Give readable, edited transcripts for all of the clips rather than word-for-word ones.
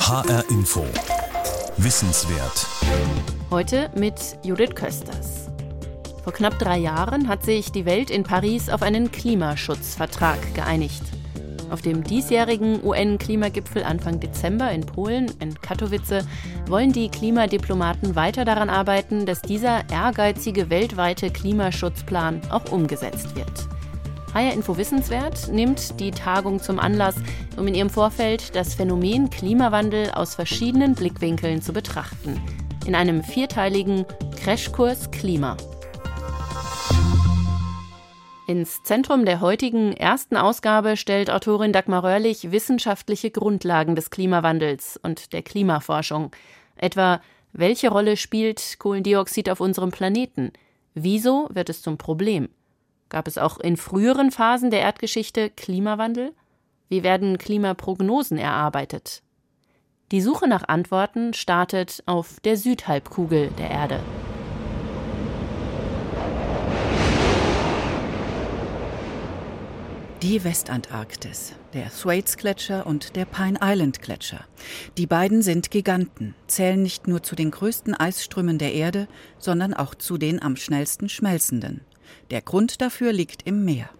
HR Info. Wissenswert. Heute mit Judith Kösters. Vor knapp 3 Jahren hat sich die Welt in Paris auf einen Klimaschutzvertrag geeinigt. Auf dem diesjährigen UN-Klimagipfel Anfang Dezember in Polen, in Katowice, wollen die Klimadiplomaten weiter daran arbeiten, dass dieser ehrgeizige weltweite Klimaschutzplan auch umgesetzt wird. HR Info Wissenswert nimmt die Tagung zum Anlass, um in ihrem Vorfeld das Phänomen Klimawandel aus verschiedenen Blickwinkeln zu betrachten. In einem 4-teiligen Crashkurs Klima. Ins Zentrum der heutigen ersten Ausgabe stellt Autorin Dagmar Röhrlich wissenschaftliche Grundlagen des Klimawandels und der Klimaforschung. Etwa, welche Rolle spielt Kohlendioxid auf unserem Planeten? Wieso wird es zum Problem? Gab es auch in früheren Phasen der Erdgeschichte Klimawandel? Wie werden Klimaprognosen erarbeitet? Die Suche nach Antworten startet auf der Südhalbkugel der Erde. Die Westantarktis, der Thwaites-Gletscher und der Pine Island-Gletscher. Die beiden sind Giganten, zählen nicht nur zu den größten Eisströmen der Erde, sondern auch zu den am schnellsten schmelzenden. Der Grund dafür liegt im Meer.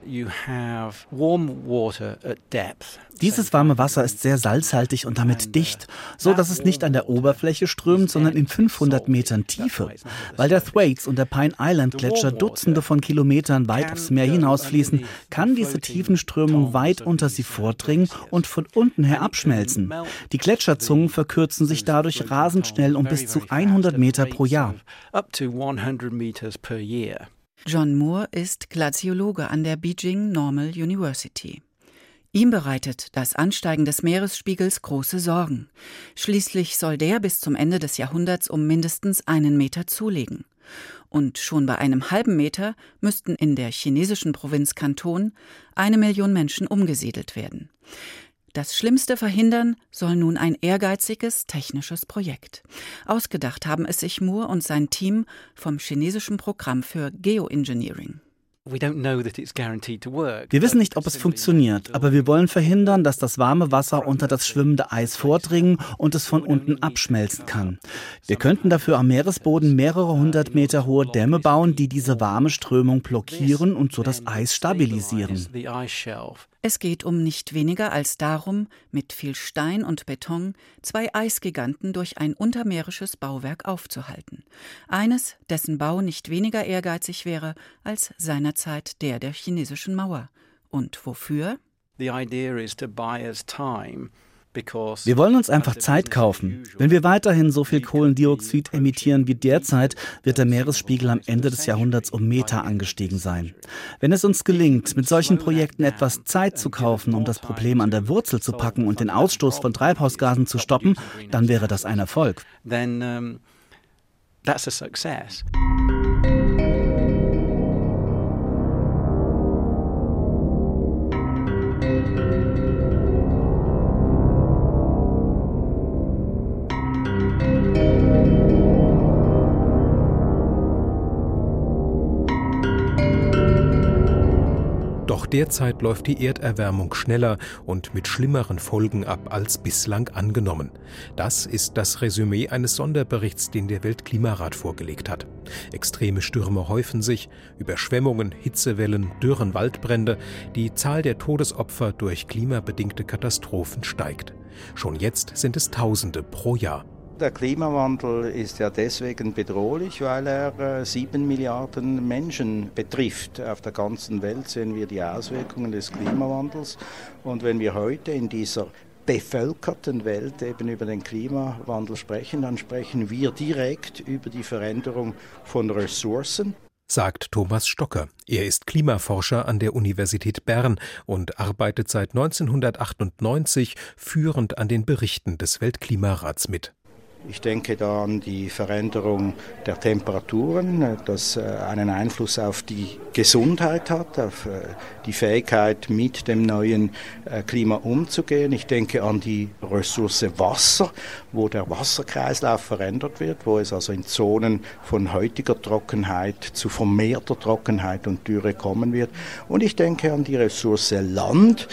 Dieses warme Wasser ist sehr salzhaltig und damit dicht, so dass es nicht an der Oberfläche strömt, sondern in 500 Metern Tiefe. Weil der Thwaites und der Pine Island Gletscher Dutzende von Kilometern weit aufs Meer hinausfließen, kann diese Tiefenströmung weit unter sie vordringen und von unten her abschmelzen. Die Gletscherzungen verkürzen sich dadurch rasend schnell um bis zu 100 Meter pro Jahr. John Moore ist Glaziologe an der Beijing Normal University. Ihm bereitet das Ansteigen des Meeresspiegels große Sorgen. Schließlich soll der bis zum Ende des Jahrhunderts um mindestens 1 Meter zulegen. Und schon bei einem halben Meter müssten in der chinesischen Provinz Kanton 1 Million Menschen umgesiedelt werden. Das Schlimmste verhindern soll nun ein ehrgeiziges technisches Projekt. Ausgedacht haben es sich Moore und sein Team vom chinesischen Programm für Geoengineering. Wir wissen nicht, ob es funktioniert, aber wir wollen verhindern, dass das warme Wasser unter das schwimmende Eis vordringen und es von unten abschmelzen kann. Wir könnten dafür am Meeresboden mehrere 100 Meter hohe Dämme bauen, die diese warme Strömung blockieren und so das Eis stabilisieren. Es geht um nicht weniger als darum, mit viel Stein und Beton 2 Eisgiganten durch ein untermeerisches Bauwerk aufzuhalten. Eines, dessen Bau nicht weniger ehrgeizig wäre als seinerzeit der chinesischen Mauer. Und wofür? Wir wollen uns einfach Zeit kaufen. Wenn wir weiterhin so viel Kohlendioxid emittieren wie derzeit, wird der Meeresspiegel am Ende des Jahrhunderts um Meter angestiegen sein. Wenn es uns gelingt, mit solchen Projekten etwas Zeit zu kaufen, um das Problem an der Wurzel zu packen und den Ausstoß von Treibhausgasen zu stoppen, dann wäre das ein Erfolg. That's a success. Doch derzeit läuft die Erderwärmung schneller und mit schlimmeren Folgen ab als bislang angenommen. Das ist das Resümee eines Sonderberichts, den der Weltklimarat vorgelegt hat. Extreme Stürme häufen sich, Überschwemmungen, Hitzewellen, Dürren, Waldbrände. Die Zahl der Todesopfer durch klimabedingte Katastrophen steigt. Schon jetzt sind es Tausende pro Jahr. Der Klimawandel ist ja deswegen bedrohlich, weil er 7 Milliarden Menschen betrifft. Auf der ganzen Welt sehen wir die Auswirkungen des Klimawandels. Und wenn wir heute in dieser bevölkerten Welt eben über den Klimawandel sprechen, dann sprechen wir direkt über die Veränderung von Ressourcen. Sagt Thomas Stocker. Er ist Klimaforscher an der Universität Bern und arbeitet seit 1998 führend an den Berichten des Weltklimarats mit. Ich denke da an die Veränderung der Temperaturen, das einen Einfluss auf die Gesundheit hat, auf die Fähigkeit, mit dem neuen Klima umzugehen. Ich denke an die Ressource Wasser, wo der Wasserkreislauf verändert wird, wo es also in Zonen von heutiger Trockenheit zu vermehrter Trockenheit und Dürre kommen wird. Und ich denke an die Ressource Land,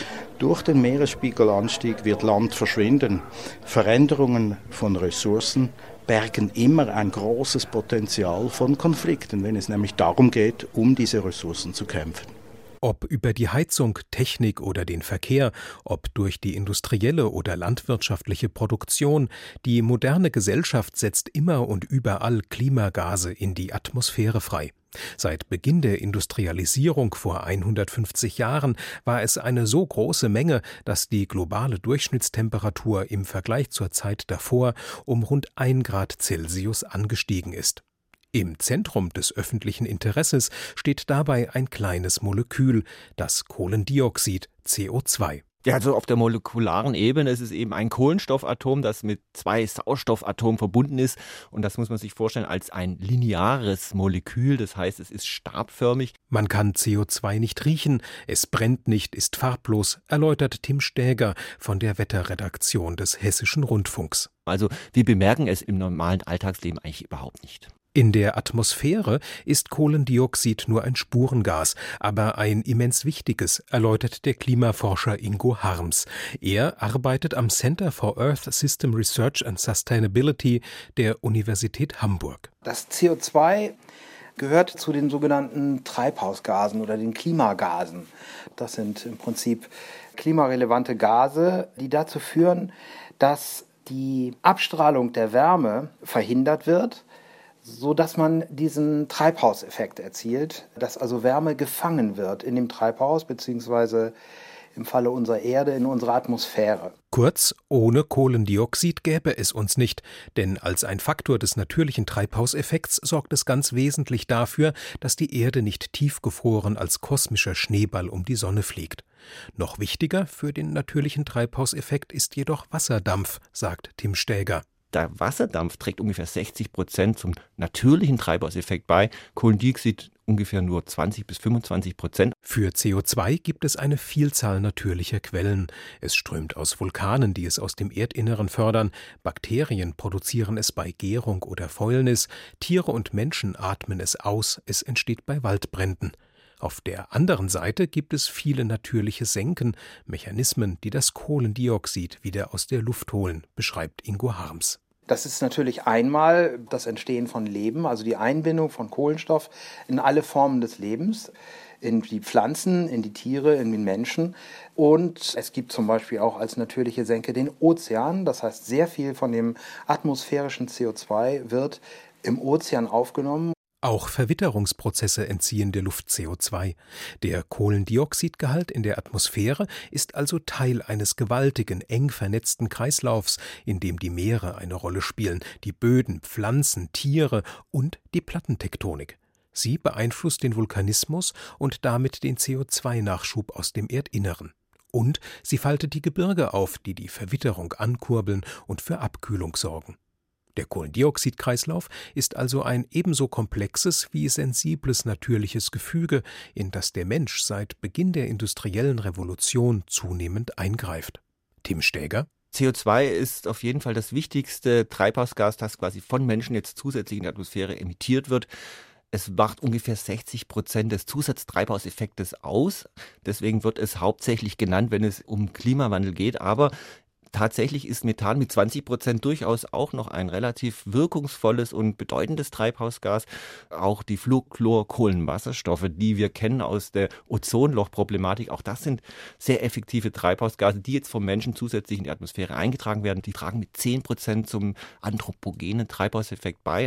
Durch den Meeresspiegelanstieg wird Land verschwinden. Veränderungen von Ressourcen bergen immer ein großes Potenzial von Konflikten, wenn es nämlich darum geht, um diese Ressourcen zu kämpfen. Ob über die Heizung, Technik oder den Verkehr, ob durch die industrielle oder landwirtschaftliche Produktion, die moderne Gesellschaft setzt immer und überall Klimagase in die Atmosphäre frei. Seit Beginn der Industrialisierung vor 150 Jahren war es eine so große Menge, dass die globale Durchschnittstemperatur im Vergleich zur Zeit davor um rund 1 Grad Celsius angestiegen ist. Im Zentrum des öffentlichen Interesses steht dabei ein kleines Molekül, das Kohlendioxid, CO2. Ja, also auf der molekularen Ebene ist es eben ein Kohlenstoffatom, das mit 2 Sauerstoffatomen verbunden ist. Und das muss man sich vorstellen als ein lineares Molekül. Das heißt, es ist stabförmig. Man kann CO2 nicht riechen, es brennt nicht, ist farblos, erläutert Tim Stäger von der Wetterredaktion des Hessischen Rundfunks. Also wir bemerken es im normalen Alltagsleben eigentlich überhaupt nicht. In der Atmosphäre ist Kohlendioxid nur ein Spurengas, aber ein immens wichtiges, erläutert der Klimaforscher Ingo Harms. Er arbeitet am Center for Earth System Research and Sustainability der Universität Hamburg. Das CO2 gehört zu den sogenannten Treibhausgasen oder den Klimagasen. Das sind im Prinzip klimarelevante Gase, die dazu führen, dass die Abstrahlung der Wärme verhindert wird, so dass man diesen Treibhauseffekt erzielt, dass also Wärme gefangen wird in dem Treibhaus beziehungsweise im Falle unserer Erde in unserer Atmosphäre. Kurz, ohne Kohlendioxid gäbe es uns nicht, denn als ein Faktor des natürlichen Treibhauseffekts sorgt es ganz wesentlich dafür, dass die Erde nicht tiefgefroren als kosmischer Schneeball um die Sonne fliegt. Noch wichtiger für den natürlichen Treibhauseffekt ist jedoch Wasserdampf, sagt Tim Stäger. Der Wasserdampf trägt ungefähr 60% zum natürlichen Treibhauseffekt bei, Kohlendioxid ungefähr nur 20-25%. Für CO2 gibt es eine Vielzahl natürlicher Quellen. Es strömt aus Vulkanen, die es aus dem Erdinneren fördern, Bakterien produzieren es bei Gärung oder Fäulnis, Tiere und Menschen atmen es aus, es entsteht bei Waldbränden. Auf der anderen Seite gibt es viele natürliche Senken, Mechanismen, die das Kohlendioxid wieder aus der Luft holen, beschreibt Ingo Harms. Das ist natürlich einmal das Entstehen von Leben, also die Einbindung von Kohlenstoff in alle Formen des Lebens, in die Pflanzen, in die Tiere, in den Menschen. Und es gibt zum Beispiel auch als natürliche Senke den Ozean. Das heißt, sehr viel von dem atmosphärischen CO2 wird im Ozean aufgenommen. Auch Verwitterungsprozesse entziehen der Luft CO2. Der Kohlendioxidgehalt in der Atmosphäre ist also Teil eines gewaltigen, eng vernetzten Kreislaufs, in dem die Meere eine Rolle spielen, die Böden, Pflanzen, Tiere und die Plattentektonik. Sie beeinflusst den Vulkanismus und damit den CO2-Nachschub aus dem Erdinneren. Und sie faltet die Gebirge auf, die die Verwitterung ankurbeln und für Abkühlung sorgen. Der Kohlendioxidkreislauf ist also ein ebenso komplexes wie sensibles natürliches Gefüge, in das der Mensch seit Beginn der industriellen Revolution zunehmend eingreift. Tim Stäger: CO2 ist auf jeden Fall das wichtigste Treibhausgas, das quasi von Menschen jetzt zusätzlich in die Atmosphäre emittiert wird. Es macht ungefähr 60% des Zusatztreibhauseffektes aus. Deswegen wird es hauptsächlich genannt, wenn es um Klimawandel geht. Aber tatsächlich ist Methan mit 20% durchaus auch noch ein relativ wirkungsvolles und bedeutendes Treibhausgas. Auch die Fluorchlorkohlenwasserstoffe, die wir kennen aus der Ozonlochproblematik, auch das sind sehr effektive Treibhausgase, die jetzt vom Menschen zusätzlich in die Atmosphäre eingetragen werden. Die tragen mit 10% zum anthropogenen Treibhauseffekt bei.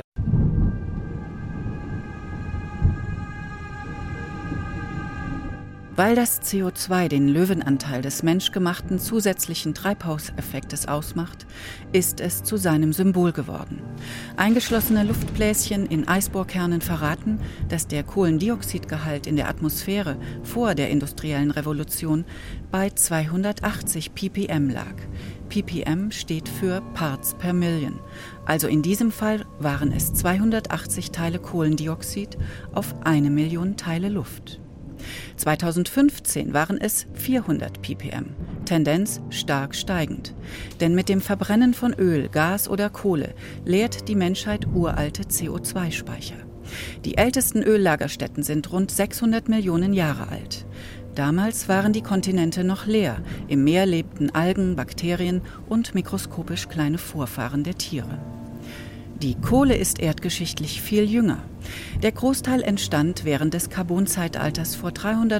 Weil das CO2 den Löwenanteil des menschgemachten zusätzlichen Treibhauseffektes ausmacht, ist es zu seinem Symbol geworden. Eingeschlossene Luftbläschen in Eisbohrkernen verraten, dass der Kohlendioxidgehalt in der Atmosphäre vor der industriellen Revolution bei 280 ppm lag. ppm steht für Parts per Million. Also in diesem Fall waren es 280 Teile Kohlendioxid auf 1 Million Teile Luft. 2015 waren es 400 ppm, Tendenz stark steigend. Denn mit dem Verbrennen von Öl, Gas oder Kohle leert die Menschheit uralte CO2-Speicher. Die ältesten Öllagerstätten sind rund 600 Millionen Jahre alt. Damals waren die Kontinente noch leer. Im Meer lebten Algen, Bakterien und mikroskopisch kleine Vorfahren der Tiere. Die Kohle ist erdgeschichtlich viel jünger. Der Großteil entstand während des Karbonzeitalters vor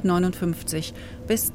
359 bis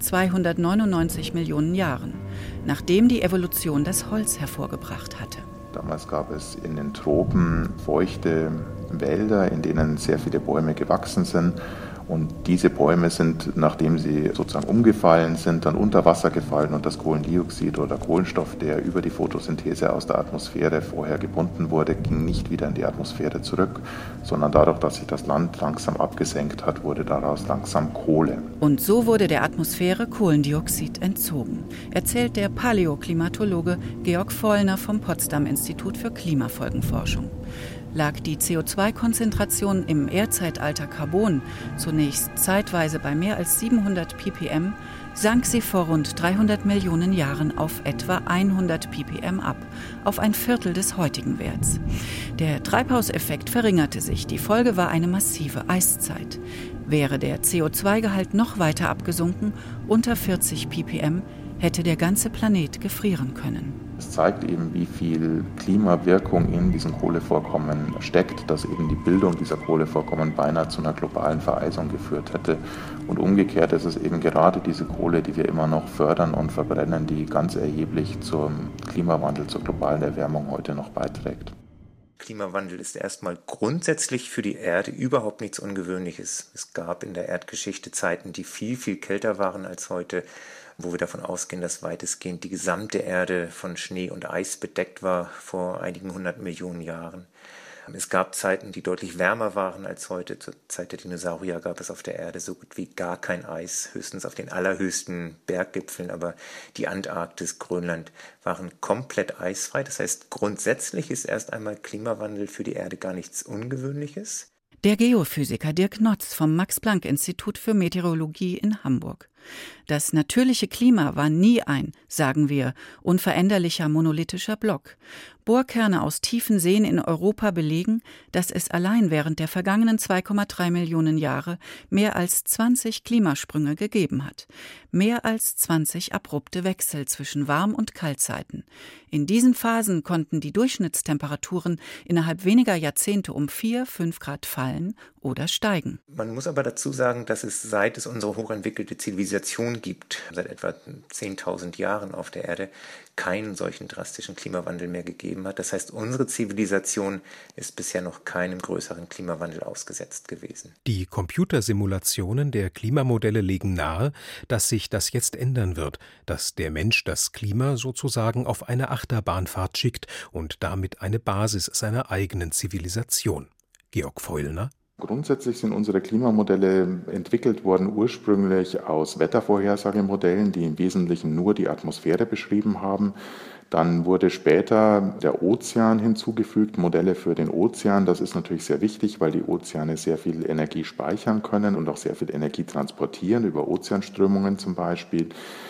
299 Millionen Jahren, nachdem die Evolution das Holz hervorgebracht hatte. Damals gab es in den Tropen feuchte Wälder, in denen sehr viele Bäume gewachsen sind. Und diese Bäume sind, nachdem sie sozusagen umgefallen sind, dann unter Wasser gefallen und das Kohlendioxid oder Kohlenstoff, der über die Photosynthese aus der Atmosphäre vorher gebunden wurde, ging nicht wieder in die Atmosphäre zurück, sondern dadurch, dass sich das Land langsam abgesenkt hat, wurde daraus langsam Kohle. Und so wurde der Atmosphäre Kohlendioxid entzogen, erzählt der Paläoklimatologe Georg Vollner vom Potsdam-Institut für Klimafolgenforschung. Lag die CO2-Konzentration im Erdzeitalter Carbon zunächst zeitweise bei mehr als 700 ppm, sank sie vor rund 300 Millionen Jahren auf etwa 100 ppm ab, auf ein Viertel des heutigen Werts. Der Treibhauseffekt verringerte sich, die Folge war eine massive Eiszeit. Wäre der CO2-Gehalt noch weiter abgesunken, unter 40 ppm, hätte der ganze Planet gefrieren können. Es zeigt eben, wie viel Klimawirkung in diesen Kohlevorkommen steckt, dass eben die Bildung dieser Kohlevorkommen beinahe zu einer globalen Vereisung geführt hätte. Und umgekehrt ist es eben gerade diese Kohle, die wir immer noch fördern und verbrennen, die ganz erheblich zum Klimawandel, zur globalen Erwärmung heute noch beiträgt. Klimawandel ist erstmal grundsätzlich für die Erde überhaupt nichts Ungewöhnliches. Es gab in der Erdgeschichte Zeiten, die viel, viel kälter waren als heute, wo wir davon ausgehen, dass weitestgehend die gesamte Erde von Schnee und Eis bedeckt war vor einigen 100 Millionen Jahren. Es gab Zeiten, die deutlich wärmer waren als heute. Zur Zeit der Dinosaurier gab es auf der Erde so gut wie gar kein Eis, höchstens auf den allerhöchsten Berggipfeln, aber die Antarktis, Grönland waren komplett eisfrei. Das heißt, grundsätzlich ist erst einmal Klimawandel für die Erde gar nichts Ungewöhnliches. Der Geophysiker Dirk Notz vom Max-Planck-Institut für Meteorologie in Hamburg. Das natürliche Klima war nie ein, sagen wir, unveränderlicher monolithischer Block. Bohrkerne aus tiefen Seen in Europa belegen, dass es allein während der vergangenen 2,3 Millionen Jahre mehr als 20 Klimasprünge gegeben hat. Mehr als 20 abrupte Wechsel zwischen Warm- und Kaltzeiten. In diesen Phasen konnten die Durchschnittstemperaturen innerhalb weniger Jahrzehnte um 4-5 Grad fallen oder steigen. Man muss aber dazu sagen, dass es, seit es unsere hochentwickelte Zivilisation gibt, seit etwa 10.000 Jahren auf der Erde, keinen solchen drastischen Klimawandel mehr gegeben hat. Das heißt, unsere Zivilisation ist bisher noch keinem größeren Klimawandel ausgesetzt gewesen. Die Computersimulationen der Klimamodelle legen nahe, dass sich das jetzt ändern wird, dass der Mensch das Klima sozusagen auf eine Achterbahnfahrt schickt und damit eine Basis seiner eigenen Zivilisation. Georg Vollner. Grundsätzlich sind unsere Klimamodelle entwickelt worden ursprünglich aus Wettervorhersagemodellen, die im Wesentlichen nur die Atmosphäre beschrieben haben. Dann wurde später der Ozean hinzugefügt, Modelle für den Ozean. Das ist natürlich sehr wichtig, weil die Ozeane sehr viel Energie speichern können und auch sehr viel Energie transportieren, über Ozeanströmungen zum Beispiel.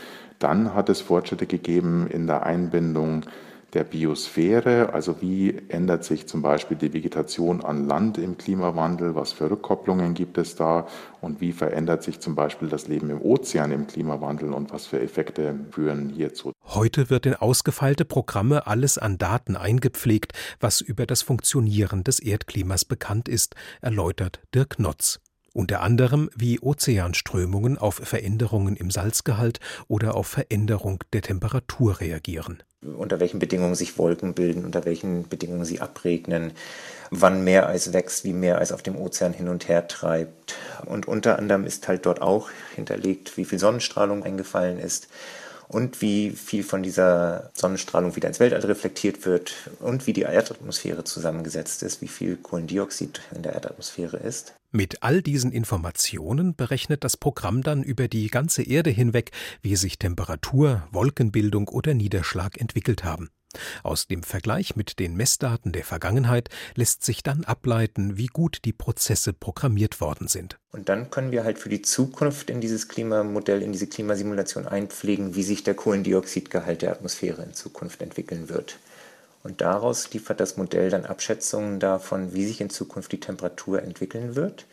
Dann hat es Fortschritte gegeben in der Einbindung der Biosphäre, also wie ändert sich zum Beispiel die Vegetation an Land im Klimawandel, was für Rückkopplungen gibt es da und wie verändert sich zum Beispiel das Leben im Ozean im Klimawandel und was für Effekte führen hierzu. Heute wird in ausgefeilte Programme alles an Daten eingepflegt, was über das Funktionieren des Erdklimas bekannt ist, erläutert Dirk Notz. Unter anderem, wie Ozeanströmungen auf Veränderungen im Salzgehalt oder auf Veränderung der Temperatur reagieren. Unter welchen Bedingungen sich Wolken bilden, unter welchen Bedingungen sie abregnen, wann Meereis wächst, wie Meereis auf dem Ozean hin und her treibt. Und unter anderem ist halt dort auch hinterlegt, wie viel Sonnenstrahlung eingefallen ist und wie viel von dieser Sonnenstrahlung wieder ins Weltall reflektiert wird und wie die Erdatmosphäre zusammengesetzt ist, wie viel Kohlendioxid in der Erdatmosphäre ist. Mit all diesen Informationen berechnet das Programm dann über die ganze Erde hinweg, wie sich Temperatur, Wolkenbildung oder Niederschlag entwickelt haben. Aus dem Vergleich mit den Messdaten der Vergangenheit lässt sich dann ableiten, wie gut die Prozesse programmiert worden sind. Und dann können wir halt für die Zukunft in dieses Klimamodell, in diese Klimasimulation einpflegen, wie sich der Kohlendioxidgehalt der Atmosphäre in Zukunft entwickeln wird. Und daraus liefert das Modell dann Abschätzungen davon, wie sich in Zukunft die Temperatur entwickeln wird,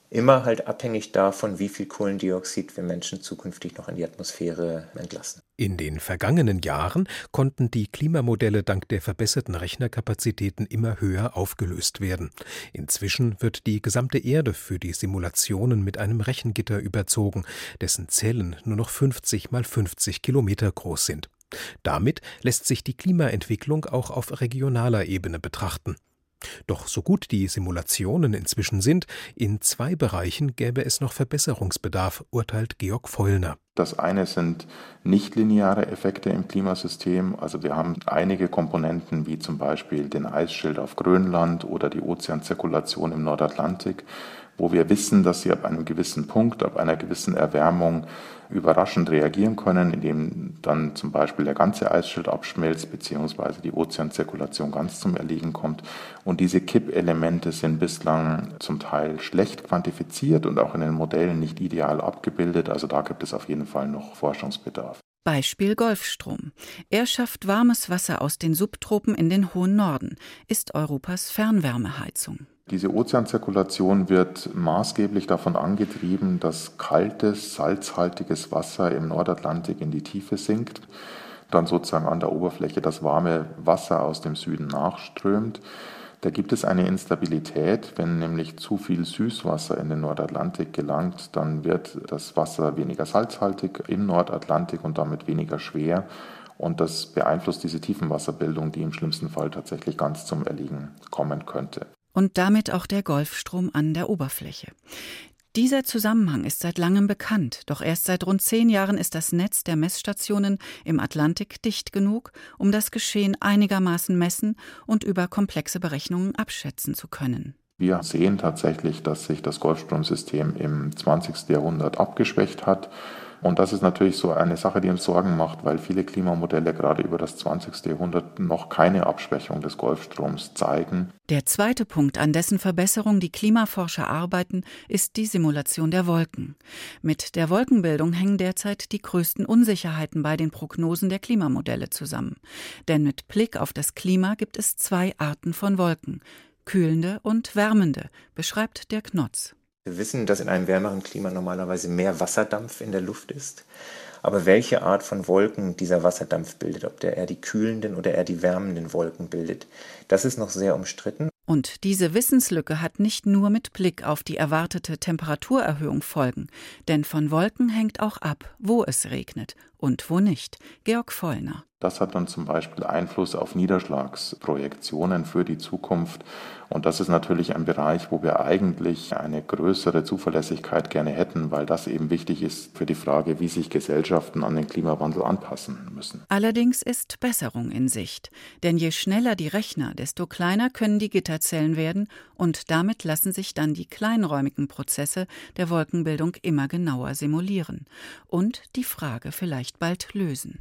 immer halt abhängig davon, wie viel Kohlendioxid wir Menschen zukünftig noch in die Atmosphäre entlassen. In den vergangenen Jahren konnten die Klimamodelle dank der verbesserten Rechnerkapazitäten immer höher aufgelöst werden. Inzwischen wird die gesamte Erde für die Simulationen mit einem Rechengitter überzogen, dessen Zellen nur noch 50 mal 50 Kilometer groß sind. Damit lässt sich die Klimaentwicklung auch auf regionaler Ebene betrachten. Doch so gut die Simulationen inzwischen sind, in 2 Bereichen gäbe es noch Verbesserungsbedarf, urteilt Georg Vollner. Das eine sind nichtlineare Effekte im Klimasystem. Also wir haben einige Komponenten wie zum Beispiel den Eisschild auf Grönland oder die Ozeanzirkulation im Nordatlantik, wo wir wissen, dass sie ab einem gewissen Punkt, ab einer gewissen Erwärmung überraschend reagieren können, indem dann zum Beispiel der ganze Eisschild abschmilzt bzw. die Ozeanzirkulation ganz zum Erliegen kommt. Und diese Kippelemente sind bislang zum Teil schlecht quantifiziert und auch in den Modellen nicht ideal abgebildet. Also da gibt es auf jeden Fall noch Forschungsbedarf. Beispiel Golfstrom. Er schafft warmes Wasser aus den Subtropen in den hohen Norden, ist Europas Fernwärmeheizung. Diese Ozeanzirkulation wird maßgeblich davon angetrieben, dass kaltes, salzhaltiges Wasser im Nordatlantik in die Tiefe sinkt, dann sozusagen an der Oberfläche das warme Wasser aus dem Süden nachströmt. Da gibt es eine Instabilität, wenn nämlich zu viel Süßwasser in den Nordatlantik gelangt, dann wird das Wasser weniger salzhaltig im Nordatlantik und damit weniger schwer. Und das beeinflusst diese Tiefenwasserbildung, die im schlimmsten Fall tatsächlich ganz zum Erliegen kommen könnte. Und damit auch der Golfstrom an der Oberfläche. Dieser Zusammenhang ist seit langem bekannt, doch erst seit rund 10 Jahren ist das Netz der Messstationen im Atlantik dicht genug, um das Geschehen einigermaßen messen und über komplexe Berechnungen abschätzen zu können. Wir sehen tatsächlich, dass sich das Golfstromsystem im 20. Jahrhundert abgeschwächt hat. Und das ist natürlich so eine Sache, die uns Sorgen macht, weil viele Klimamodelle gerade über das 20. Jahrhundert noch keine Abschwächung des Golfstroms zeigen. Der zweite Punkt, an dessen Verbesserung die Klimaforscher arbeiten, ist die Simulation der Wolken. Mit der Wolkenbildung hängen derzeit die größten Unsicherheiten bei den Prognosen der Klimamodelle zusammen. Denn mit Blick auf das Klima gibt es 2 Arten von Wolken: kühlende und wärmende, beschreibt Dirk Notz. Wir wissen, dass in einem wärmeren Klima normalerweise mehr Wasserdampf in der Luft ist. Aber welche Art von Wolken dieser Wasserdampf bildet, ob der eher die kühlenden oder eher die wärmenden Wolken bildet, das ist noch sehr umstritten. Und diese Wissenslücke hat nicht nur mit Blick auf die erwartete Temperaturerhöhung Folgen, denn von Wolken hängt auch ab, wo es regnet und wo nicht. Georg Vollner. Das hat dann zum Beispiel Einfluss auf Niederschlagsprojektionen für die Zukunft. Und das ist natürlich ein Bereich, wo wir eigentlich eine größere Zuverlässigkeit gerne hätten, weil das eben wichtig ist für die Frage, wie sich Gesellschaften an den Klimawandel anpassen müssen. Allerdings ist Besserung in Sicht. Denn je schneller die Rechner, desto kleiner können die Gitterzellen werden und damit lassen sich dann die kleinräumigen Prozesse der Wolkenbildung immer genauer simulieren. Und die Frage vielleicht bald lösen.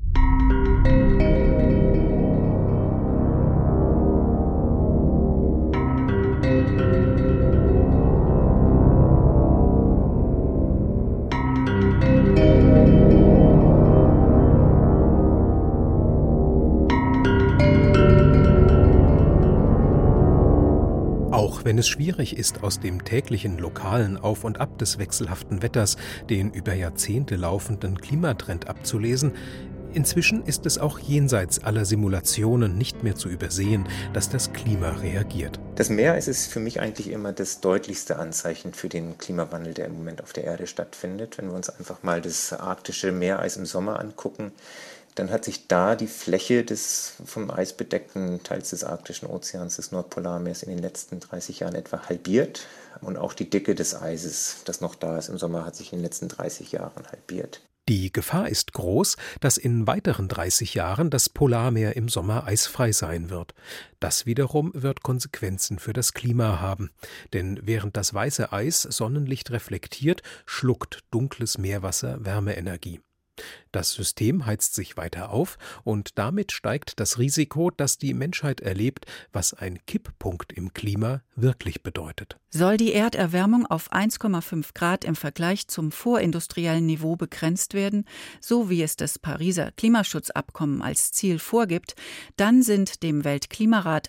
Auch wenn es schwierig ist, aus dem täglichen lokalen Auf und Ab des wechselhaften Wetters den über Jahrzehnte laufenden Klimatrend abzulesen, inzwischen ist es auch jenseits aller Simulationen nicht mehr zu übersehen, dass das Klima reagiert. Das Meer ist für mich eigentlich immer das deutlichste Anzeichen für den Klimawandel, der im Moment auf der Erde stattfindet. Wenn wir uns einfach mal das arktische Meereis im Sommer angucken, dann hat sich da die Fläche des vom Eis bedeckten Teils des arktischen Ozeans, des Nordpolarmeers, in den letzten 30 Jahren etwa halbiert. Und auch die Dicke des Eises, das noch da ist im Sommer, hat sich in den letzten 30 Jahren halbiert. Die Gefahr ist groß, dass in weiteren 30 Jahren das Polarmeer im Sommer eisfrei sein wird. Das wiederum wird Konsequenzen für das Klima haben. Denn während das weiße Eis Sonnenlicht reflektiert, schluckt dunkles Meerwasser Wärmeenergie. Das System heizt sich weiter auf und damit steigt das Risiko, dass die Menschheit erlebt, was ein Kipppunkt im Klima wirklich bedeutet. Soll die Erderwärmung auf 1,5 Grad im Vergleich zum vorindustriellen Niveau begrenzt werden, so wie es das Pariser Klimaschutzabkommen als Ziel vorgibt, dann sind dem Weltklimarat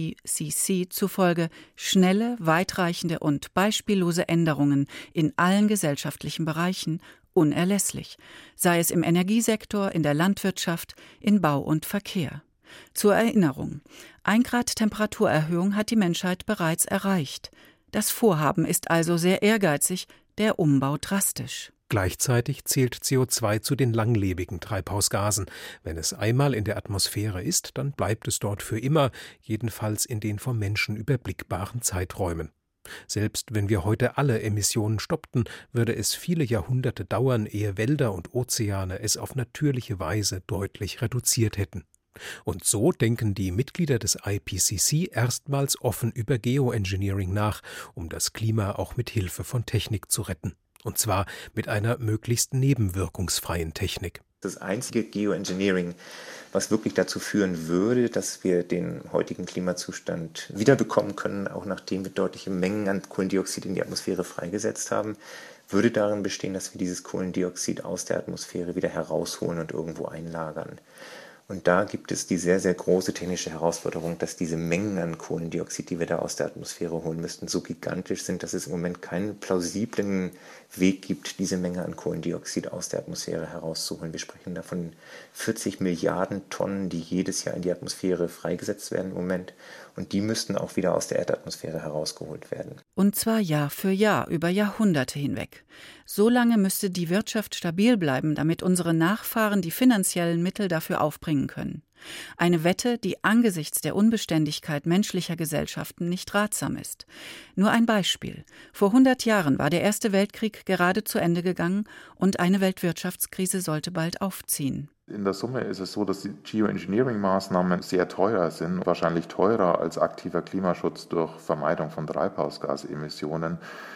IPCC zufolge schnelle, weitreichende und beispiellose Änderungen in allen gesellschaftlichen Bereichen unerlässlich, sei es im Energiesektor, in der Landwirtschaft, in Bau und Verkehr. Zur Erinnerung: 1 Grad Temperaturerhöhung hat die Menschheit bereits erreicht. Das Vorhaben ist also sehr ehrgeizig, der Umbau drastisch. Gleichzeitig zählt CO2 zu den langlebigen Treibhausgasen. Wenn es einmal in der Atmosphäre ist, dann bleibt es dort für immer, jedenfalls in den vom Menschen überblickbaren Zeiträumen. Selbst wenn wir heute alle Emissionen stoppten, würde es viele Jahrhunderte dauern, ehe Wälder und Ozeane es auf natürliche Weise deutlich reduziert hätten. Und so denken die Mitglieder des IPCC erstmals offen über Geoengineering nach, um das Klima auch mit Hilfe von Technik zu retten. Und zwar mit einer möglichst nebenwirkungsfreien Technik. Das einzige Geoengineering, was wirklich dazu führen würde, dass wir den heutigen Klimazustand wiederbekommen können, auch nachdem wir deutliche Mengen an Kohlendioxid in die Atmosphäre freigesetzt haben, würde darin bestehen, dass wir dieses Kohlendioxid aus der Atmosphäre wieder herausholen und irgendwo einlagern. Und da gibt es die sehr, sehr große technische Herausforderung, dass diese Mengen an Kohlendioxid, die wir da aus der Atmosphäre holen müssten, so gigantisch sind, dass es im Moment keinen plausiblen Weg gibt, diese Menge an Kohlendioxid aus der Atmosphäre herauszuholen. Wir sprechen da von 40 Milliarden Tonnen, die jedes Jahr in die Atmosphäre freigesetzt werden im Moment. Und die müssten auch wieder aus der Erdatmosphäre herausgeholt werden. Und zwar Jahr für Jahr, über Jahrhunderte hinweg. So lange müsste die Wirtschaft stabil bleiben, damit unsere Nachfahren die finanziellen Mittel dafür aufbringen können. Eine Wette, die angesichts der Unbeständigkeit menschlicher Gesellschaften nicht ratsam ist. Nur ein Beispiel. Vor 100 Jahren war der Erste Weltkrieg gerade zu Ende gegangen und eine Weltwirtschaftskrise sollte bald aufziehen. In der Summe ist es so, dass die Geoengineering-Maßnahmen sehr teuer sind, wahrscheinlich teurer als aktiver Klimaschutz durch Vermeidung von Treibhausgasemissionen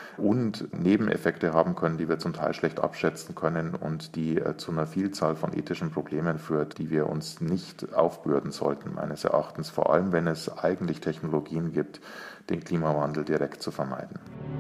und Nebeneffekte haben können, die wir zum Teil schlecht abschätzen können und die zu einer Vielzahl von ethischen Problemen führt, die wir uns nicht aufbürden sollten, meines Erachtens, vor allem wenn es eigentlich Technologien gibt, den Klimawandel direkt zu vermeiden.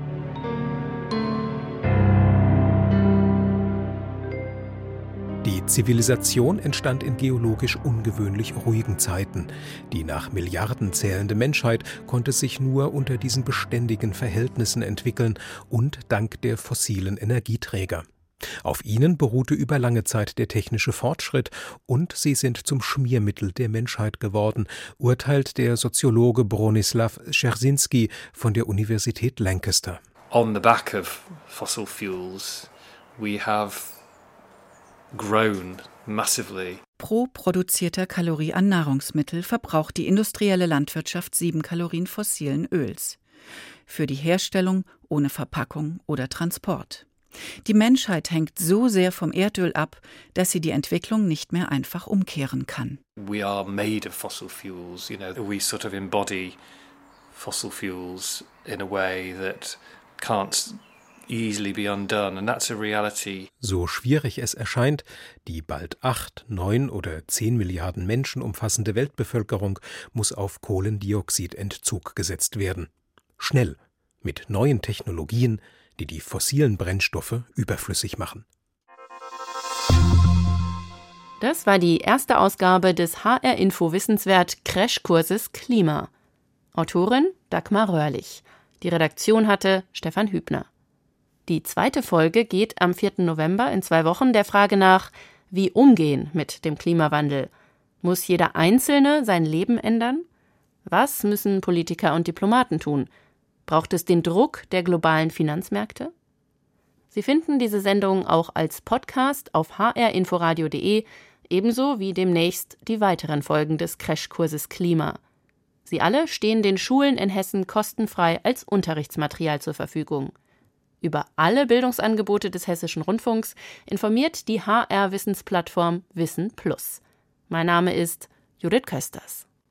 Die Zivilisation entstand in geologisch ungewöhnlich ruhigen Zeiten. Die nach Milliarden zählende Menschheit konnte sich nur unter diesen beständigen Verhältnissen entwickeln und dank der fossilen Energieträger. Auf ihnen beruhte über lange Zeit der technische Fortschritt und sie sind zum Schmiermittel der Menschheit geworden, urteilt der Soziologe Bronislaw Dzerzhinsky von der Universität Lancaster. On the back of fossil fuels, we have grown massively. Pro produzierter Kalorie an Nahrungsmittel verbraucht die industrielle Landwirtschaft 7 Kalorien fossilen Öls. Für die Herstellung ohne Verpackung oder Transport. Die Menschheit hängt so sehr vom Erdöl ab, dass sie die Entwicklung nicht mehr einfach umkehren kann. We are made of fossil fuels, we sort of embody fossil fuels in a way that can't easily be undone, and that's a reality. So schwierig es erscheint, die bald 8, 9 oder 10 Milliarden Menschen umfassende Weltbevölkerung muss auf Kohlendioxidentzug gesetzt werden. Schnell, mit neuen Technologien, die die fossilen Brennstoffe überflüssig machen. Das war die erste Ausgabe des HR-Info Wissenswert Crashkurses Klima. Autorin Dagmar Röhrlich. Die Redaktion hatte Stefan Hübner. Die zweite Folge geht am 4. November in 2 Wochen der Frage nach, wie umgehen mit dem Klimawandel. Muss jeder Einzelne sein Leben ändern? Was müssen Politiker und Diplomaten tun? Braucht es den Druck der globalen Finanzmärkte? Sie finden diese Sendung auch als Podcast auf hrinforadio.de, ebenso wie demnächst die weiteren Folgen des Crashkurses Klima. Sie alle stehen den Schulen in Hessen kostenfrei als Unterrichtsmaterial zur Verfügung. Über alle Bildungsangebote des Hessischen Rundfunks informiert die HR-Wissensplattform Wissen Plus. Mein Name ist Judith Kösters.